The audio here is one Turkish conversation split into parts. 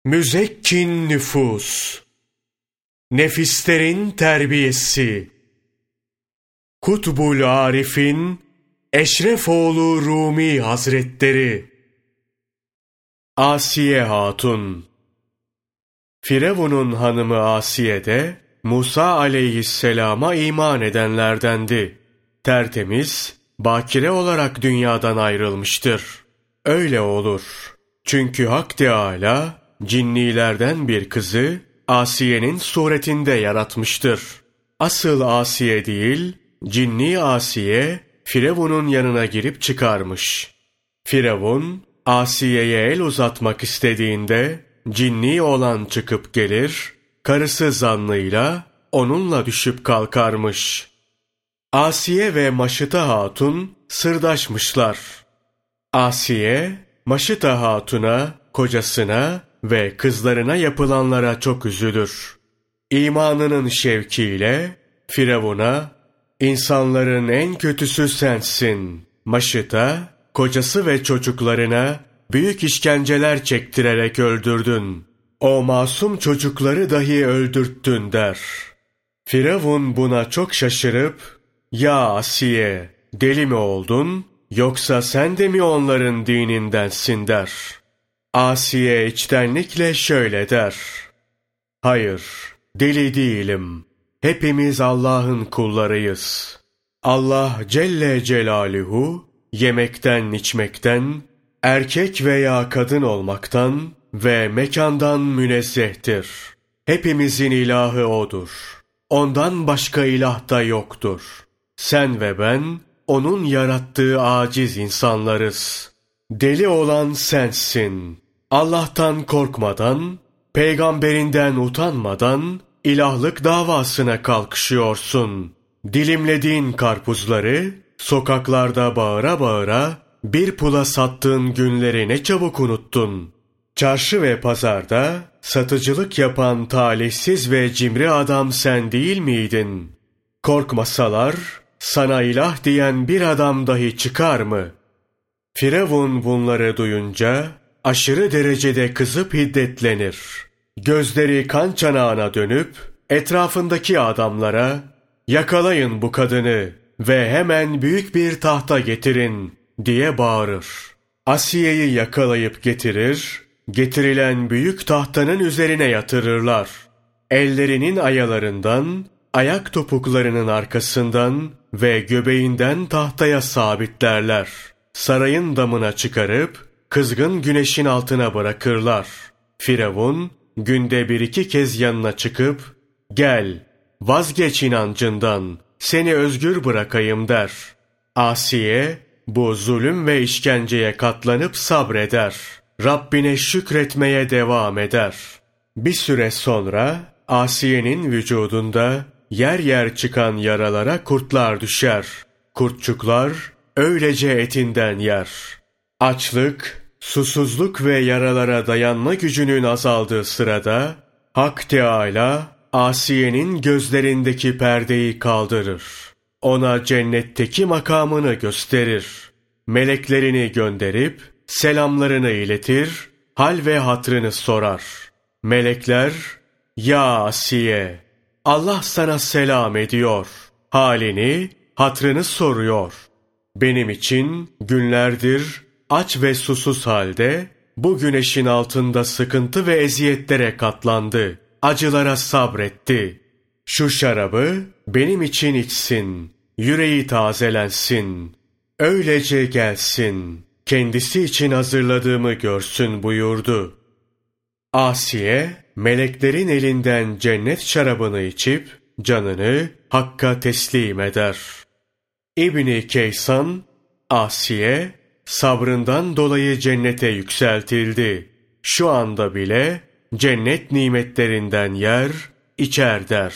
Müzekkin nüfus, nefislerin terbiyesi, Kutbul Arif'in Eşrefoğlu Rumi Hazretleri, Asiye Hatun. Firavun'un hanımı Asiye de Musa aleyhisselama iman edenlerdendi. Tertemiz, bakire olarak dünyadan ayrılmıştır. Öyle olur. Çünkü Hak Teâlâ, cinnilerden bir kızı Asiye'nin suretinde yaratmıştır. Asıl Asiye değil, cinni Asiye, Firavun'un yanına girip çıkarmış. Firavun, Asiye'ye el uzatmak istediğinde, cinni olan çıkıp gelir, karısı zannıyla onunla düşüp kalkarmış. Asiye ve Maşıta Hatun sırdaşmışlar. Asiye, Maşıta Hatun'a, kocasına ve kızlarına yapılanlara çok üzülür. İmanının şevkiyle Firavun'a, "İnsanların en kötüsü sensin." Maşıta, kocası ve çocuklarına büyük işkenceler çektirerek öldürdün. O masum çocukları dahi öldürttün der. Firavun buna çok şaşırıp, "Ya Asiye, deli mi oldun, yoksa sen de mi onların dinindensin?" der. Asiye içtenlikle şöyle der: "Hayır, deli değilim. Hepimiz Allah'ın kullarıyız. Allah Celle Celaluhu, yemekten içmekten, erkek veya kadın olmaktan ve mekandan münezzehtir. Hepimizin ilahı O'dur. Ondan başka ilah da yoktur. Sen ve ben, O'nun yarattığı aciz insanlarız. Deli olan sensin. Allah'tan korkmadan, peygamberinden utanmadan, ilahlık davasına kalkışıyorsun. Dilimlediğin karpuzları, sokaklarda bağıra bağıra, bir pula sattığın günleri ne çabuk unuttun. Çarşı ve pazarda satıcılık yapan talihsiz ve cimri adam sen değil miydin? Korkmasalar, sana ilah diyen bir adam dahi çıkar mı?" Firavun bunları duyunca aşırı derecede kızıp hiddetlenir. Gözleri kan çanağına dönüp etrafındaki adamlara, "Yakalayın bu kadını ve hemen büyük bir tahta getirin," diye bağırır. Asiye'yi yakalayıp getirir, getirilen büyük tahtanın üzerine yatırırlar. Ellerinin ayalarından, ayak topuklarının arkasından ve göbeğinden tahtaya sabitlerler. Sarayın damına çıkarıp kızgın güneşin altına bırakırlar. Firavun günde 1-2 kez yanına çıkıp, "Gel, vazgeç inancından, seni özgür bırakayım," der. Asiye bu zulüm ve işkenceye katlanıp sabreder. Rabbine şükretmeye devam eder. Bir süre sonra Asiye'nin vücudunda yer yer çıkan yaralara kurtlar düşer. Kurtçuklar öylece etinden yer. Açlık, susuzluk ve yaralara dayanma gücünün azaldığı sırada Hak Teâlâ Asiye'nin gözlerindeki perdeyi kaldırır. Ona cennetteki makamını gösterir. Meleklerini gönderip selamlarını iletir, hal ve hatrını sorar. Melekler, "Ya Asiye, Allah sana selam ediyor. Halini, hatrını soruyor. Benim için günlerdir aç ve susuz halde bu güneşin altında sıkıntı ve eziyetlere katlandı. Acılara sabretti. Şu şarabı benim için içsin, yüreği tazelensin. Öylece gelsin, kendisi için hazırladığımı görsün," buyurdu. Asiye, meleklerin elinden cennet şarabını içip canını Hakk'a teslim eder. İbn Keysan, Asiye, sabrından dolayı cennete yükseltildi. Şu anda bile cennet nimetlerinden yer, içer der.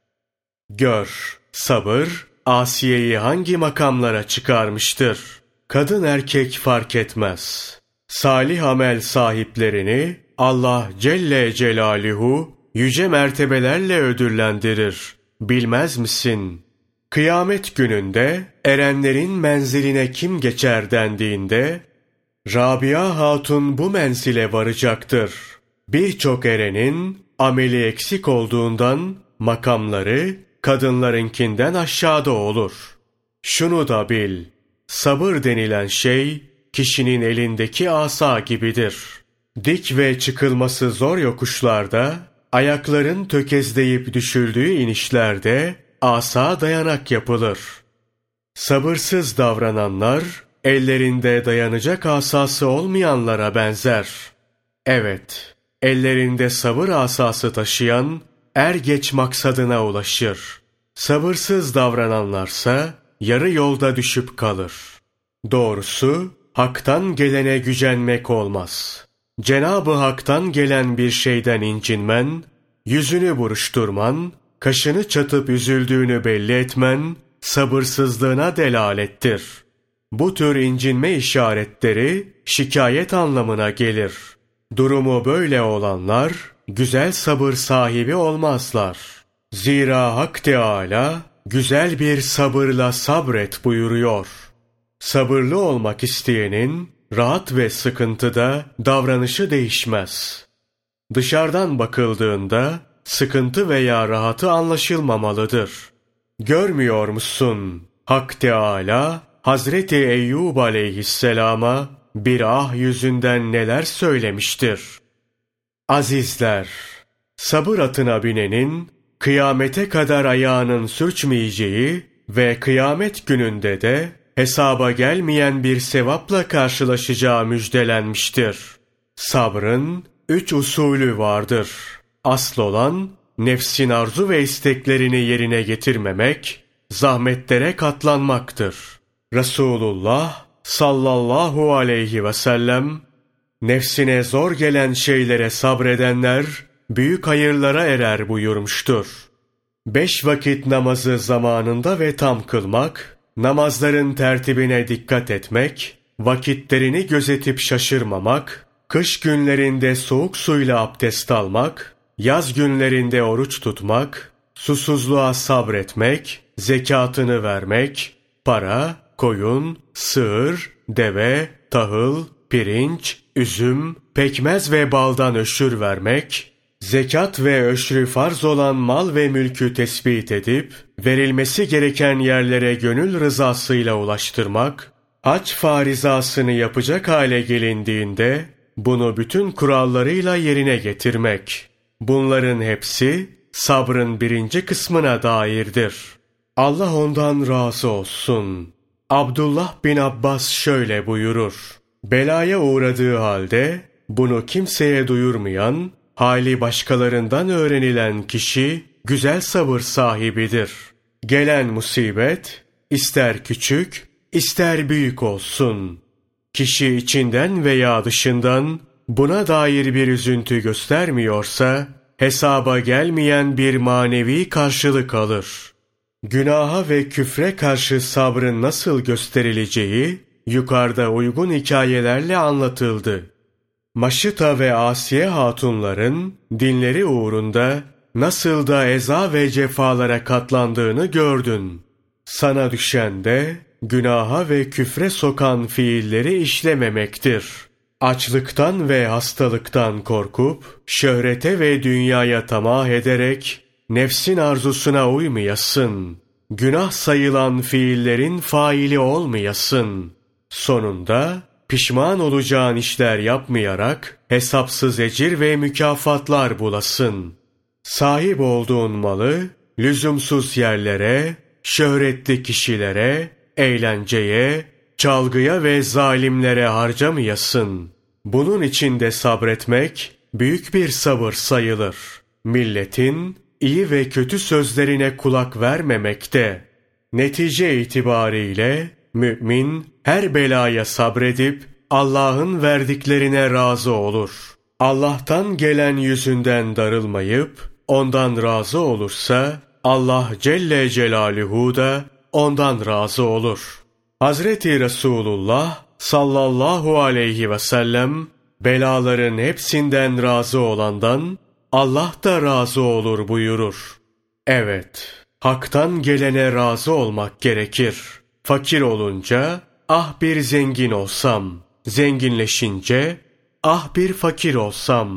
Gör, sabır, Asiye'yi hangi makamlara çıkarmıştır? Kadın erkek fark etmez. Salih amel sahiplerini Allah Celle Celaluhu yüce mertebelerle ödüllendirir. Bilmez misin? Kıyamet gününde erenlerin menziline kim geçer dendiğinde, "Rabia Hatun bu menzile varacaktır. Birçok erenin ameli eksik olduğundan makamları kadınlarınkinden aşağıda olur. Şunu da bil, sabır denilen şey kişinin elindeki asa gibidir. Dik ve çıkılması zor yokuşlarda, ayakların tökezleyip düşüldüğü inişlerde asa dayanak yapılır. Sabırsız davrananlar, ellerinde dayanacak asası olmayanlara benzer. Evet, ellerinde sabır asası taşıyan, er geç maksadına ulaşır. Sabırsız davrananlarsa, yarı yolda düşüp kalır. Doğrusu, haktan gelene gücenmek olmaz. Cenab-ı Hak'tan gelen bir şeyden incinmen, yüzünü buruşturman, kaşını çatıp üzüldüğünü belli etmen, sabırsızlığına delalettir. Bu tür incinme işaretleri şikayet anlamına gelir. Durumu böyle olanlar, güzel sabır sahibi olmazlar. Zira Hak Teâlâ, güzel bir sabırla sabret buyuruyor. Sabırlı olmak isteyenin, rahat ve sıkıntıda davranışı değişmez. Dışarıdan bakıldığında, sıkıntı veya rahatı anlaşılmamalıdır. Görmüyor musun? Hak Teâlâ, Hazreti Eyyub aleyhisselama bir ah yüzünden neler söylemiştir. Azizler, sabır atına binenin, kıyamete kadar ayağının sürçmeyeceği ve kıyamet gününde de hesaba gelmeyen bir sevapla karşılaşacağı müjdelenmiştir. Sabrın 3 usulü vardır. Asıl olan, nefsin arzu ve isteklerini yerine getirmemek, zahmetlere katlanmaktır. Resulullah sallallahu aleyhi ve sellem, nefsine zor gelen şeylere sabredenler, büyük hayırlara erer buyurmuştur. 5 vakit namazı zamanında ve tam kılmak, namazların tertibine dikkat etmek, vakitlerini gözetip şaşırmamak, kış günlerinde soğuk suyla abdest almak, yaz günlerinde oruç tutmak, susuzluğa sabretmek, zekatını vermek, para, koyun, sığır, deve, tahıl, pirinç, üzüm, pekmez ve baldan öşür vermek, zekat ve öşrü farz olan mal ve mülkü tespit edip, verilmesi gereken yerlere gönül rızasıyla ulaştırmak, hac farizasını yapacak hale gelindiğinde, bunu bütün kurallarıyla yerine getirmek. Bunların hepsi, sabrın 1. kısmına dairdir. Allah ondan razı olsun. Abdullah bin Abbas şöyle buyurur. Belaya uğradığı halde, bunu kimseye duyurmayan, hali başkalarından öğrenilen kişi, güzel sabır sahibidir. Gelen musibet, ister küçük, ister büyük olsun. Kişi içinden veya dışından, buna dair bir üzüntü göstermiyorsa, hesaba gelmeyen bir manevi karşılık alır. Günaha ve küfre karşı sabrın nasıl gösterileceği, yukarıda uygun hikayelerle anlatıldı. Maşıta ve Asiye hatunların dinleri uğrunda nasıl da eza ve cefalara katlandığını gördün. Sana düşen de günaha ve küfre sokan fiilleri işlememektir. Açlıktan ve hastalıktan korkup, şöhrete ve dünyaya tamah ederek, nefsin arzusuna uymayasın. Günah sayılan fiillerin faili olmayasın. Sonunda, pişman olacağın işler yapmayarak, hesapsız ecir ve mükafatlar bulasın. Sahip olduğun malı, lüzumsuz yerlere, şöhretli kişilere, eğlenceye, çalgıya ve zalimlere harcamayasın. Bunun için de sabretmek, büyük bir sabır sayılır. Milletin, iyi ve kötü sözlerine kulak vermemekte. Netice itibariyle, mümin, her belaya sabredip, Allah'ın verdiklerine razı olur. Allah'tan gelen yüzünden darılmayıp, ondan razı olursa, Allah Celle Celaluhu da ondan razı olur. Hazreti Resulullah sallallahu aleyhi ve sellem, belaların hepsinden razı olandan, Allah da razı olur buyurur. Evet, haktan gelene razı olmak gerekir. Fakir olunca, ah bir zengin olsam, zenginleşince, ah bir fakir olsam,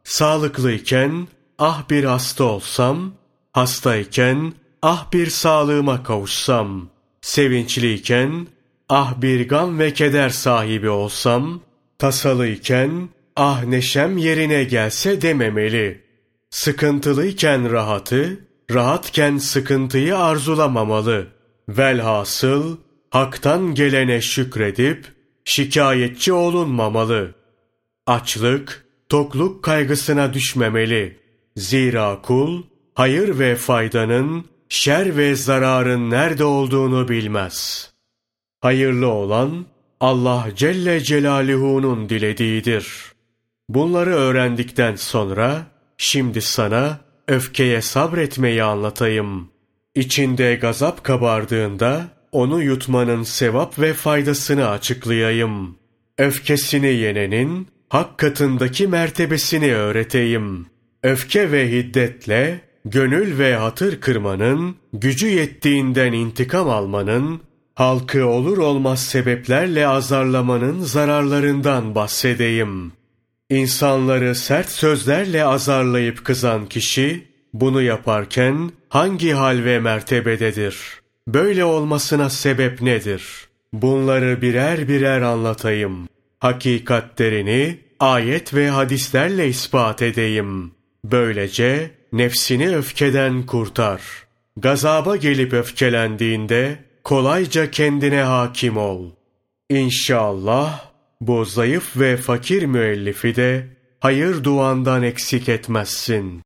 Sağlıklıyken ah bir hasta olsam, hastayken ah bir sağlığıma kavuşsam, sevinçliyken ah bir gam ve keder sahibi olsam, tasalıyken ah neşem yerine gelse dememeli. Sıkıntılıyken rahatı, rahatken sıkıntıyı arzulamamalı. Velhasıl haktan gelene şükredip şikayetçi olunmamalı. Açlık, tokluk kaygısına düşmemeli. Zira kul, hayır ve faydanın, şer ve zararın nerede olduğunu bilmez. Hayırlı olan, Allah Celle Celaluhu'nun dilediğidir. Bunları öğrendikten sonra, şimdi sana öfkeye sabretmeyi anlatayım. İçinde gazap kabardığında, onu yutmanın sevap ve faydasını açıklayayım. Öfkesini yenenin, hak katındaki mertebesini öğreteyim. Öfke ve hiddetle, gönül ve hatır kırmanın, gücü yettiğinden intikam almanın, halkı olur olmaz sebeplerle azarlamanın zararlarından bahsedeyim. İnsanları sert sözlerle azarlayıp kızan kişi, bunu yaparken hangi hal ve mertebededir? Böyle olmasına sebep nedir? Bunları birer birer anlatayım. Hakikatlerini ayet ve hadislerle ispat edeyim. Böylece nefsini öfkeden kurtar. Gazaba gelip öfkelendiğinde kolayca kendine hakim ol. İnşallah bu zayıf ve fakir müellifi de hayır duandan eksik etmezsin.